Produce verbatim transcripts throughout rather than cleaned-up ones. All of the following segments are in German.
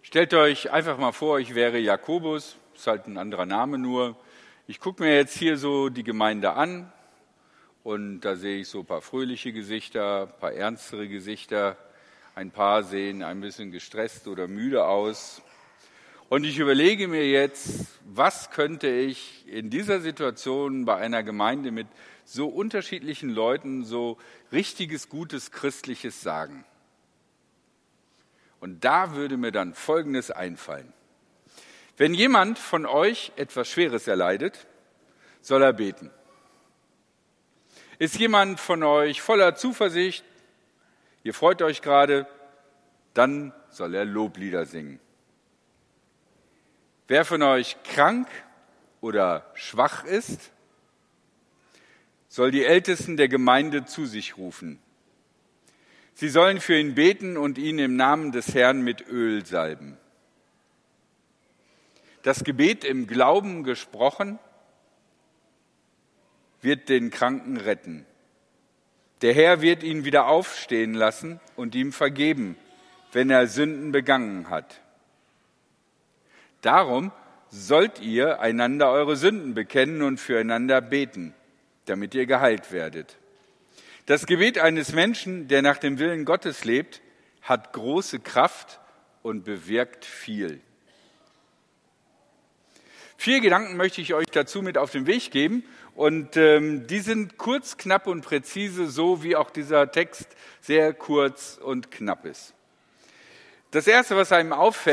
Stellt euch einfach mal vor, ich wäre Jakobus, ist halt ein anderer Name nur. Ich gucke mir jetzt hier so die Gemeinde an und da sehe ich so ein paar fröhliche Gesichter, ein paar ernstere Gesichter. Ein paar sehen ein bisschen gestresst oder müde aus. Und ich überlege mir jetzt, was könnte ich in dieser Situation bei einer Gemeinde mit so unterschiedlichen Leuten so richtiges, gutes, christliches sagen. Und da würde mir dann Folgendes einfallen. Wenn jemand von euch etwas Schweres erleidet, soll er beten. Ist jemand von euch voller Zuversicht, ihr freut euch gerade, dann soll er Loblieder singen. Wer von euch krank oder schwach ist, soll die Ältesten der Gemeinde zu sich rufen. Sie sollen für ihn beten und ihn im Namen des Herrn mit Öl salben. Das Gebet im Glauben gesprochen wird den Kranken retten. Der Herr wird ihn wieder aufstehen lassen und ihm vergeben, wenn er Sünden begangen hat. Darum sollt ihr einander eure Sünden bekennen und füreinander beten, damit ihr geheilt werdet. Das Gebet eines Menschen, der nach dem Willen Gottes lebt, hat große Kraft und bewirkt viel. Vier Gedanken möchte ich euch dazu mit auf den Weg geben und ähm, die sind kurz, knapp und präzise, so wie auch dieser Text sehr kurz und knapp ist. Das Erste, was einem auffällt,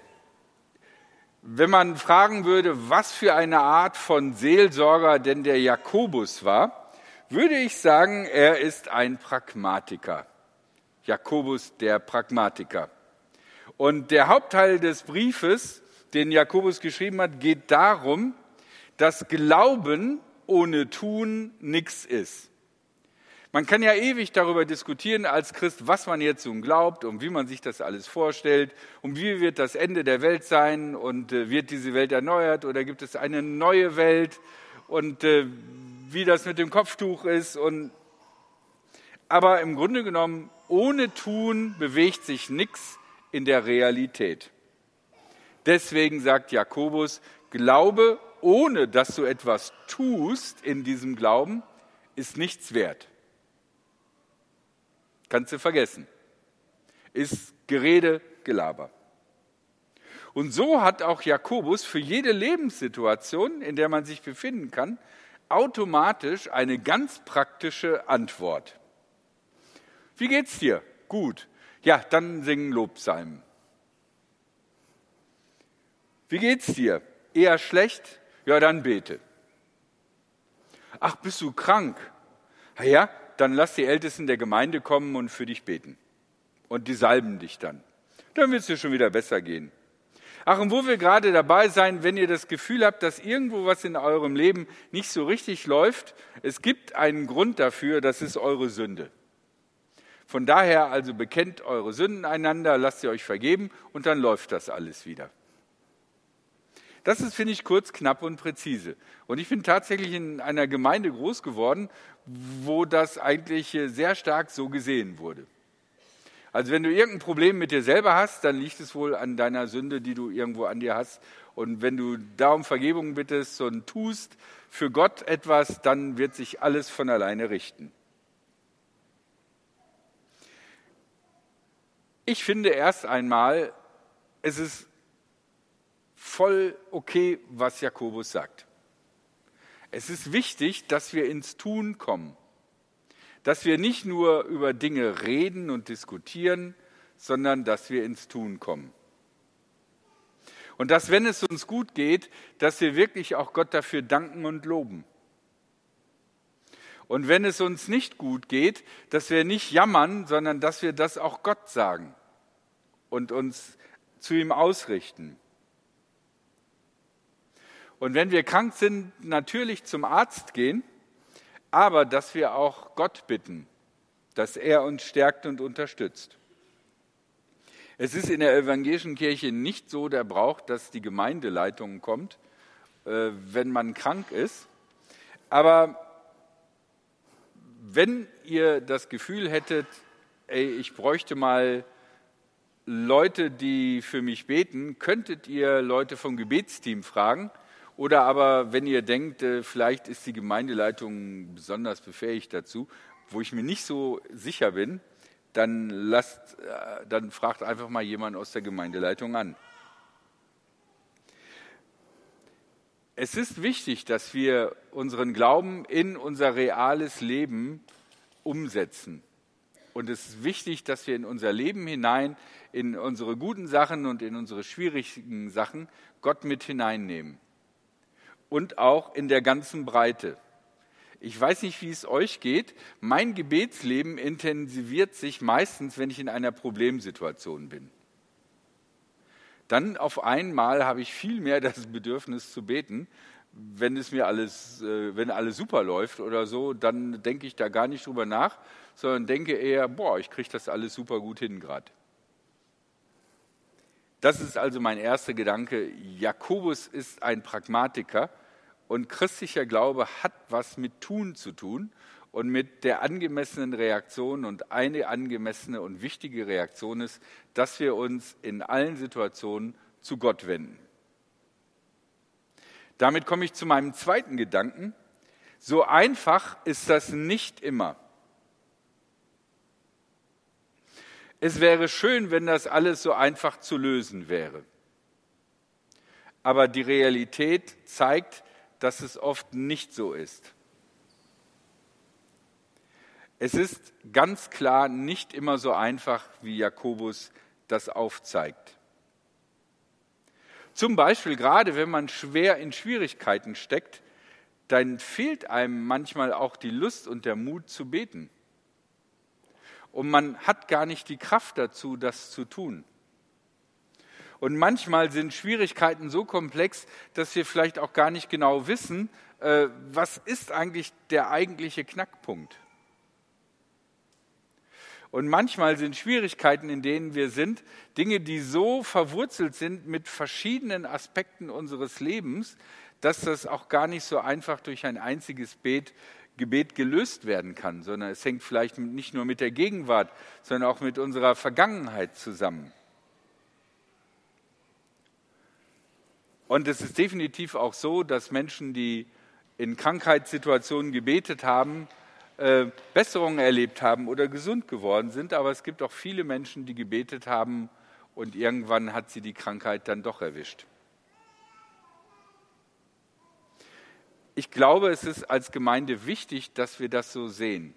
wenn man fragen würde, was für eine Art von Seelsorger denn der Jakobus war, würde ich sagen, er ist ein Pragmatiker. Jakobus, der Pragmatiker. Und der Hauptteil des Briefes, den Jakobus geschrieben hat, geht darum, dass Glauben ohne Tun nichts ist. Man kann ja ewig darüber diskutieren als Christ, was man jetzt so glaubt und wie man sich das alles vorstellt und wie wird das Ende der Welt sein und äh, wird diese Welt erneuert oder gibt es eine neue Welt und äh, wie das mit dem Kopftuch ist. Und aber im Grunde genommen, ohne Tun bewegt sich nichts in der Realität. Deswegen sagt Jakobus, Glaube, ohne dass du etwas tust in diesem Glauben, ist nichts wert. Kannst du vergessen. Ist Gerede, Gelaber. Und so hat auch Jakobus für jede Lebenssituation, in der man sich befinden kann, automatisch eine ganz praktische Antwort. Wie geht's dir? Gut. Ja, dann singen Lobpsalmen. Wie geht's dir? Eher schlecht? Ja, dann bete. Ach, bist du krank? Na ja, dann lass die Ältesten der Gemeinde kommen und für dich beten. Und die salben dich dann. Dann wird es dir schon wieder besser gehen. Ach, und wo wir gerade dabei sein, wenn ihr das Gefühl habt, dass irgendwo was in eurem Leben nicht so richtig läuft, es gibt einen Grund dafür, das ist eure Sünde. Von daher also bekennt eure Sünden einander, lasst ihr euch vergeben und dann läuft das alles wieder. Das ist, finde ich, kurz, knapp und präzise. Und ich bin tatsächlich in einer Gemeinde groß geworden, wo das eigentlich sehr stark so gesehen wurde. Also wenn du irgendein Problem mit dir selber hast, dann liegt es wohl an deiner Sünde, die du irgendwo an dir hast. Und wenn du da um Vergebung bittest und tust für Gott etwas, dann wird sich alles von alleine richten. Ich finde erst einmal, es ist voll okay, was Jakobus sagt. Es ist wichtig, dass wir ins Tun kommen. Dass wir nicht nur über Dinge reden und diskutieren, sondern dass wir ins Tun kommen. Und dass, wenn es uns gut geht, dass wir wirklich auch Gott dafür danken und loben. Und wenn es uns nicht gut geht, dass wir nicht jammern, sondern dass wir das auch Gott sagen und uns zu ihm ausrichten. Und wenn wir krank sind, natürlich zum Arzt gehen, aber dass wir auch Gott bitten, dass er uns stärkt und unterstützt. Es ist in der evangelischen Kirche nicht so der Brauch, dass die Gemeindeleitung kommt, wenn man krank ist. Aber wenn ihr das Gefühl hättet, ey, ich bräuchte mal Leute, die für mich beten, könntet ihr Leute vom Gebetsteam fragen. Oder aber, wenn ihr denkt, vielleicht ist die Gemeindeleitung besonders befähigt dazu, wo ich mir nicht so sicher bin, dann, lasst, dann fragt einfach mal jemand aus der Gemeindeleitung an. Es ist wichtig, dass wir unseren Glauben in unser reales Leben umsetzen. Und es ist wichtig, dass wir in unser Leben hinein, in unsere guten Sachen und in unsere schwierigen Sachen Gott mit hineinnehmen. Und auch in der ganzen Breite. Ich weiß nicht, wie es euch geht. Mein Gebetsleben intensiviert sich meistens, wenn ich in einer Problemsituation bin. Dann auf einmal habe ich viel mehr das Bedürfnis zu beten. Wenn es mir alles, wenn alles super läuft oder so, dann denke ich da gar nicht drüber nach, sondern denke eher, boah, ich kriege das alles super gut hin gerade. Das ist also mein erster Gedanke. Jakobus ist ein Pragmatiker und christlicher Glaube hat was mit Tun zu tun und mit der angemessenen Reaktion. Und eine angemessene und wichtige Reaktion ist, dass wir uns in allen Situationen zu Gott wenden. Damit komme ich zu meinem zweiten Gedanken. So einfach ist das nicht immer. Es wäre schön, wenn das alles so einfach zu lösen wäre. Aber die Realität zeigt, dass es oft nicht so ist. Es ist ganz klar nicht immer so einfach, wie Jakobus das aufzeigt. Zum Beispiel gerade, wenn man schwer in Schwierigkeiten steckt, dann fehlt einem manchmal auch die Lust und der Mut zu beten. Und man hat gar nicht die Kraft dazu, das zu tun. Und manchmal sind Schwierigkeiten so komplex, dass wir vielleicht auch gar nicht genau wissen, äh, was ist eigentlich der eigentliche Knackpunkt. Und manchmal sind Schwierigkeiten, in denen wir sind, Dinge, die so verwurzelt sind mit verschiedenen Aspekten unseres Lebens, dass das auch gar nicht so einfach durch ein einziges Bet, Gebet gelöst werden kann, sondern es hängt vielleicht nicht nur mit der Gegenwart, sondern auch mit unserer Vergangenheit zusammen. Und es ist definitiv auch so, dass Menschen, die in Krankheitssituationen gebetet haben, äh, Besserungen erlebt haben oder gesund geworden sind. Aber es gibt auch viele Menschen, die gebetet haben und irgendwann hat sie die Krankheit dann doch erwischt. Ich glaube, es ist als Gemeinde wichtig, dass wir das so sehen.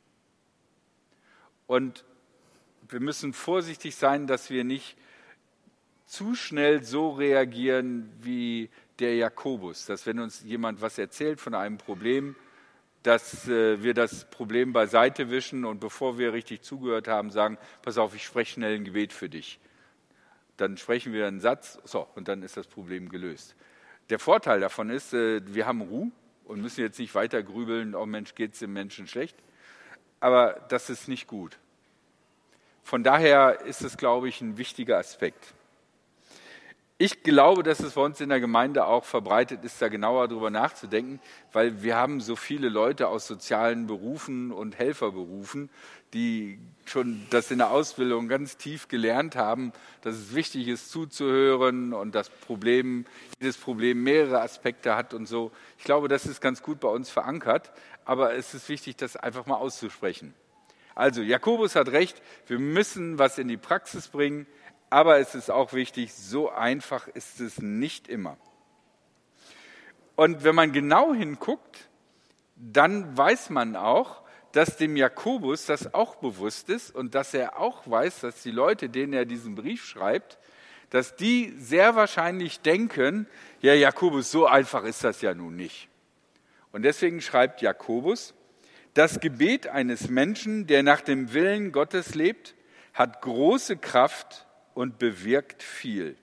Und wir müssen vorsichtig sein, dass wir nicht zu schnell so reagieren wie der Jakobus, dass wenn uns jemand was erzählt von einem Problem, dass äh, wir das Problem beiseite wischen und bevor wir richtig zugehört haben, sagen, pass auf, ich spreche schnell ein Gebet für dich. Dann sprechen wir einen Satz, so, und dann ist das Problem gelöst. Der Vorteil davon ist, äh, wir haben Ruhe und müssen jetzt nicht weiter grübeln, oh Mensch, geht es dem Menschen schlecht. Aber das ist nicht gut. Von daher ist es, glaube ich, ein wichtiger Aspekt. Ich glaube, dass es bei uns in der Gemeinde auch verbreitet ist, da genauer drüber nachzudenken, weil wir haben so viele Leute aus sozialen Berufen und Helferberufen, die schon das in der Ausbildung ganz tief gelernt haben, dass es wichtig ist, zuzuhören und das Problem, jedes Problem mehrere Aspekte hat und so. Ich glaube, das ist ganz gut bei uns verankert, aber es ist wichtig, das einfach mal auszusprechen. Also, Jakobus hat recht, wir müssen was in die Praxis bringen, aber es ist auch wichtig, so einfach ist es nicht immer. Und wenn man genau hinguckt, dann weiß man auch, dass dem Jakobus das auch bewusst ist und dass er auch weiß, dass die Leute, denen er diesen Brief schreibt, dass die sehr wahrscheinlich denken, ja, Jakobus, so einfach ist das ja nun nicht. Und deswegen schreibt Jakobus, das Gebet eines Menschen, der nach dem Willen Gottes lebt, hat große Kraft und bewirkt viel.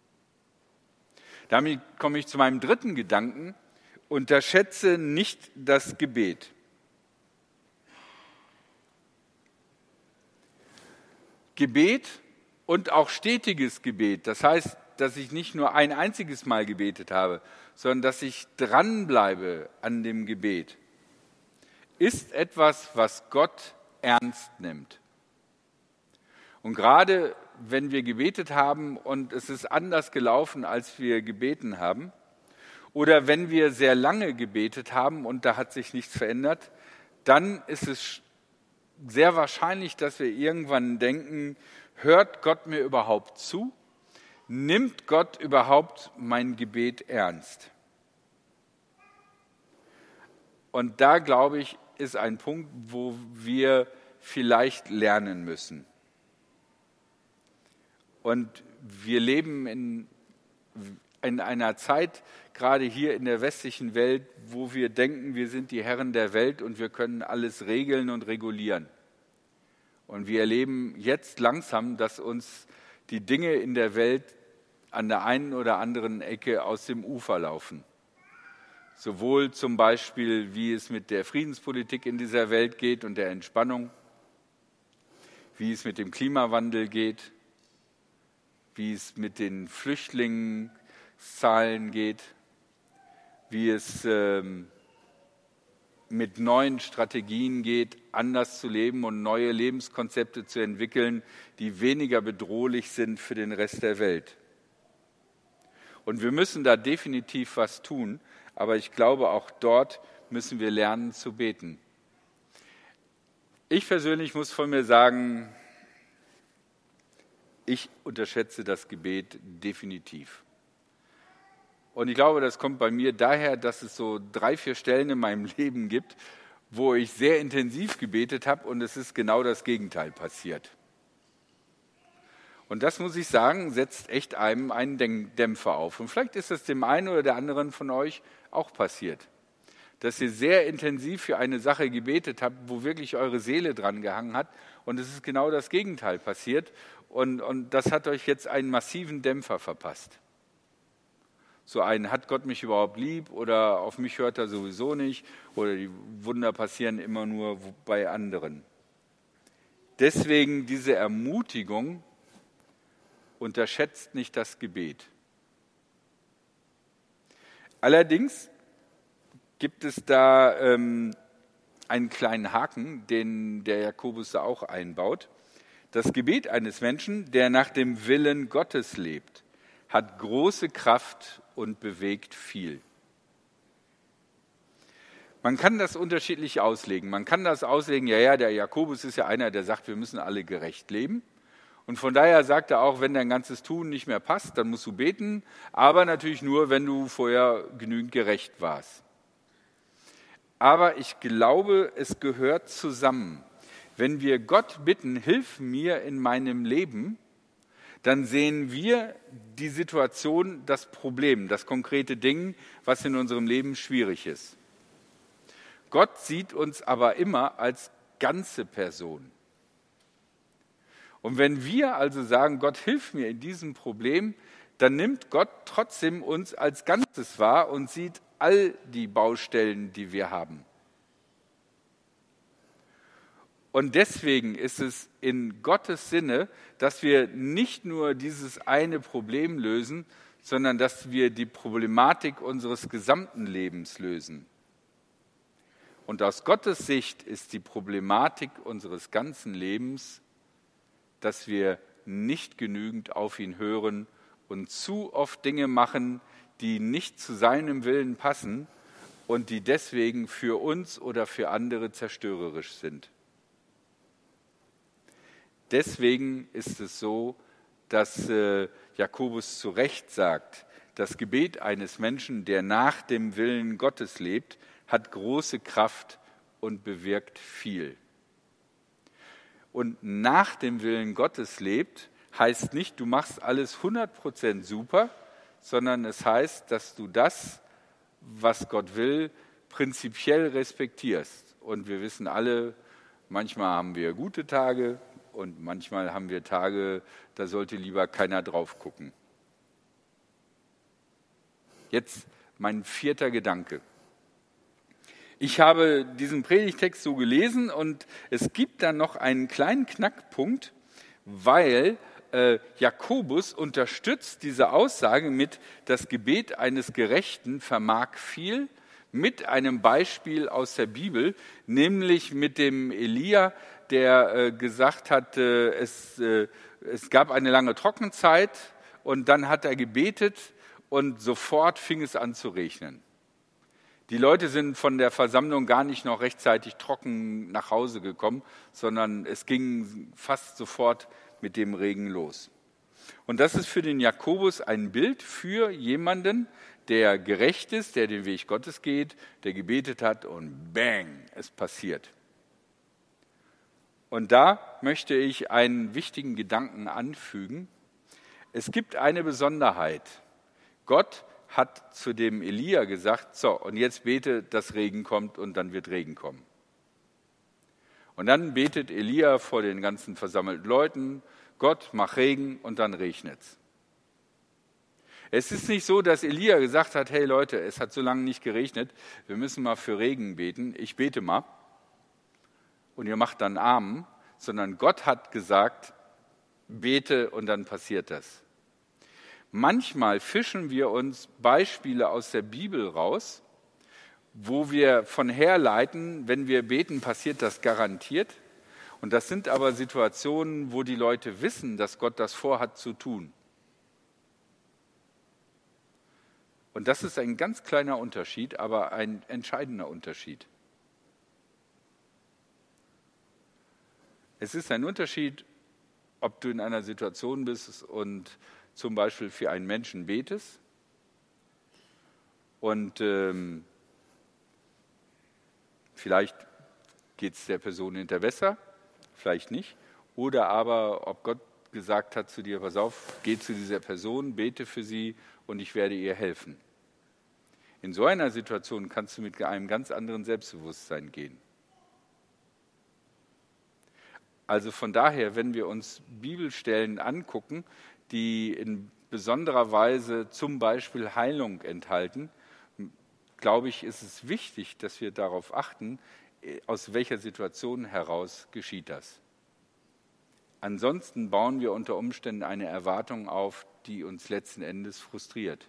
Damit komme ich zu meinem dritten Gedanken. Unterschätze nicht das Gebet. Gebet und auch stetiges Gebet, das heißt, dass ich nicht nur ein einziges Mal gebetet habe, sondern dass ich dranbleibe an dem Gebet, ist etwas, was Gott ernst nimmt. Und gerade wenn wir gebetet haben und es ist anders gelaufen, als wir gebeten haben, oder wenn wir sehr lange gebetet haben und da hat sich nichts verändert, dann ist es sehr wahrscheinlich, dass wir irgendwann denken, hört Gott mir überhaupt zu? Nimmt Gott überhaupt mein Gebet ernst? Und da, glaube ich, ist ein Punkt, wo wir vielleicht lernen müssen. Und wir leben in, in einer Zeit, gerade hier in der westlichen Welt, wo wir denken, wir sind die Herren der Welt und wir können alles regeln und regulieren. Und wir erleben jetzt langsam, dass uns die Dinge in der Welt an der einen oder anderen Ecke aus dem Ufer laufen. Sowohl zum Beispiel, wie es mit der Friedenspolitik in dieser Welt geht und der Entspannung, wie es mit dem Klimawandel geht, wie es mit den Flüchtlingszahlen geht, wie es ähm, mit neuen Strategien geht, anders zu leben und neue Lebenskonzepte zu entwickeln, die weniger bedrohlich sind für den Rest der Welt. Und wir müssen da definitiv was tun, aber ich glaube, auch dort müssen wir lernen zu beten. Ich persönlich muss von mir sagen, ich unterschätze das Gebet definitiv. Und ich glaube, das kommt bei mir daher, dass es so drei, vier Stellen in meinem Leben gibt, wo ich sehr intensiv gebetet habe und es ist genau das Gegenteil passiert. Und das, muss ich sagen, setzt echt einem einen Dämpfer auf. Und vielleicht ist es dem einen oder der anderen von euch auch passiert, dass ihr sehr intensiv für eine Sache gebetet habt, wo wirklich eure Seele dran gehangen hat und es ist genau das Gegenteil passiert und, und das hat euch jetzt einen massiven Dämpfer verpasst. So ein, hat Gott mich überhaupt lieb oder auf mich hört er sowieso nicht oder die Wunder passieren immer nur bei anderen. Deswegen diese Ermutigung, unterschätzt nicht das Gebet. Allerdings gibt es da ähm, einen kleinen Haken, den der Jakobus da auch einbaut. Das Gebet eines Menschen, der nach dem Willen Gottes lebt, hat große Kraft und bewegt viel. Man kann das unterschiedlich auslegen. Man kann das auslegen, ja, ja, der Jakobus ist ja einer, der sagt, wir müssen alle gerecht leben. Und von daher sagt er auch, wenn dein ganzes Tun nicht mehr passt, dann musst du beten, aber natürlich nur, wenn du vorher genügend gerecht warst. Aber ich glaube, es gehört zusammen. Wenn wir Gott bitten, hilf mir in meinem Leben, dann sehen wir die Situation, das Problem, das konkrete Ding, was in unserem Leben schwierig ist. Gott sieht uns aber immer als ganze Person. Und wenn wir also sagen, Gott, hilf mir in diesem Problem, dann nimmt Gott trotzdem uns als Ganzes wahr und sieht all die Baustellen, die wir haben. Und deswegen ist es in Gottes Sinne, dass wir nicht nur dieses eine Problem lösen, sondern dass wir die Problematik unseres gesamten Lebens lösen. Und aus Gottes Sicht ist die Problematik unseres ganzen Lebens, dass wir nicht genügend auf ihn hören und zu oft Dinge machen, die nicht zu seinem Willen passen und die deswegen für uns oder für andere zerstörerisch sind. Deswegen ist es so, dass äh, Jakobus zu Recht sagt, das Gebet eines Menschen, der nach dem Willen Gottes lebt, hat große Kraft und bewirkt viel. Und nach dem Willen Gottes lebt, heißt nicht, du machst alles hundert Prozent super, sondern es heißt, dass du das, was Gott will, prinzipiell respektierst. Und wir wissen alle, manchmal haben wir gute Tage und manchmal haben wir Tage, da sollte lieber keiner drauf gucken. Jetzt mein vierter Gedanke. Ich habe diesen Predigtext so gelesen und es gibt da noch einen kleinen Knackpunkt, weil äh, Jakobus unterstützt diese Aussage mit, das Gebet eines Gerechten vermag viel, mit einem Beispiel aus der Bibel, nämlich mit dem Elia, der äh, gesagt hat, äh, es, äh, es gab eine lange Trockenzeit und dann hat er gebetet und sofort fing es an zu regnen. Die Leute sind von der Versammlung gar nicht noch rechtzeitig trocken nach Hause gekommen, sondern es ging fast sofort mit dem Regen los. Und das ist für den Jakobus ein Bild für jemanden, der gerecht ist, der den Weg Gottes geht, der gebetet hat und bang, es passiert. Und da möchte ich einen wichtigen Gedanken anfügen. Es gibt eine Besonderheit. Gott hat zu dem Elia gesagt, so, und jetzt bete, dass Regen kommt und dann wird Regen kommen. Und dann betet Elia vor den ganzen versammelten Leuten, Gott, mach Regen und dann regnet's. Es ist nicht so, dass Elia gesagt hat, hey Leute, es hat so lange nicht geregnet, wir müssen mal für Regen beten, ich bete mal und ihr macht dann Amen, sondern Gott hat gesagt, bete und dann passiert das. Manchmal fischen wir uns Beispiele aus der Bibel raus, wo wir von herleiten, wenn wir beten, passiert das garantiert. Und das sind aber Situationen, wo die Leute wissen, dass Gott das vorhat zu tun. Und das ist ein ganz kleiner Unterschied, aber ein entscheidender Unterschied. Es ist ein Unterschied, ob du in einer Situation bist und zum Beispiel für einen Menschen betest und ähm, vielleicht geht es der Person hinter besser, vielleicht nicht, oder aber ob Gott gesagt hat zu dir, pass auf, geh zu dieser Person, bete für sie und ich werde ihr helfen. In so einer Situation kannst du mit einem ganz anderen Selbstbewusstsein gehen. Also von daher, wenn wir uns Bibelstellen angucken, die in besonderer Weise zum Beispiel Heilung enthalten, glaube ich, ist es wichtig, dass wir darauf achten, aus welcher Situation heraus geschieht das. Ansonsten bauen wir unter Umständen eine Erwartung auf, die uns letzten Endes frustriert.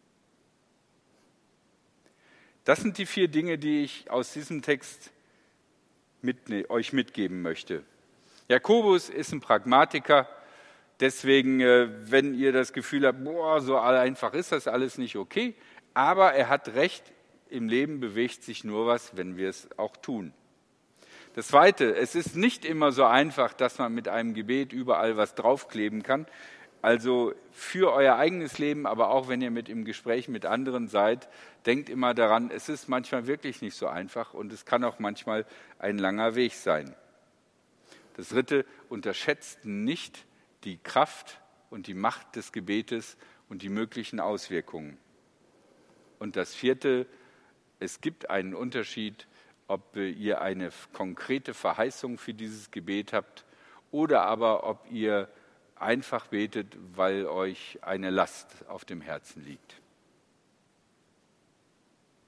Das sind die vier Dinge, die ich aus diesem Text mit, euch mitgeben möchte. Jakobus ist ein Pragmatiker, deswegen, wenn ihr das Gefühl habt, boah, so einfach ist das alles nicht okay, aber er hat recht, im Leben bewegt sich nur was, wenn wir es auch tun. Das Zweite, es ist nicht immer so einfach, dass man mit einem Gebet überall was draufkleben kann. Also für euer eigenes Leben, aber auch wenn ihr mit im Gespräch mit anderen seid, denkt immer daran, es ist manchmal wirklich nicht so einfach und es kann auch manchmal ein langer Weg sein. Das Dritte, unterschätzt nicht die Kraft und die Macht des Gebetes und die möglichen Auswirkungen. Und das Vierte, es gibt einen Unterschied, ob ihr eine konkrete Verheißung für dieses Gebet habt oder aber ob ihr einfach betet, weil euch eine Last auf dem Herzen liegt.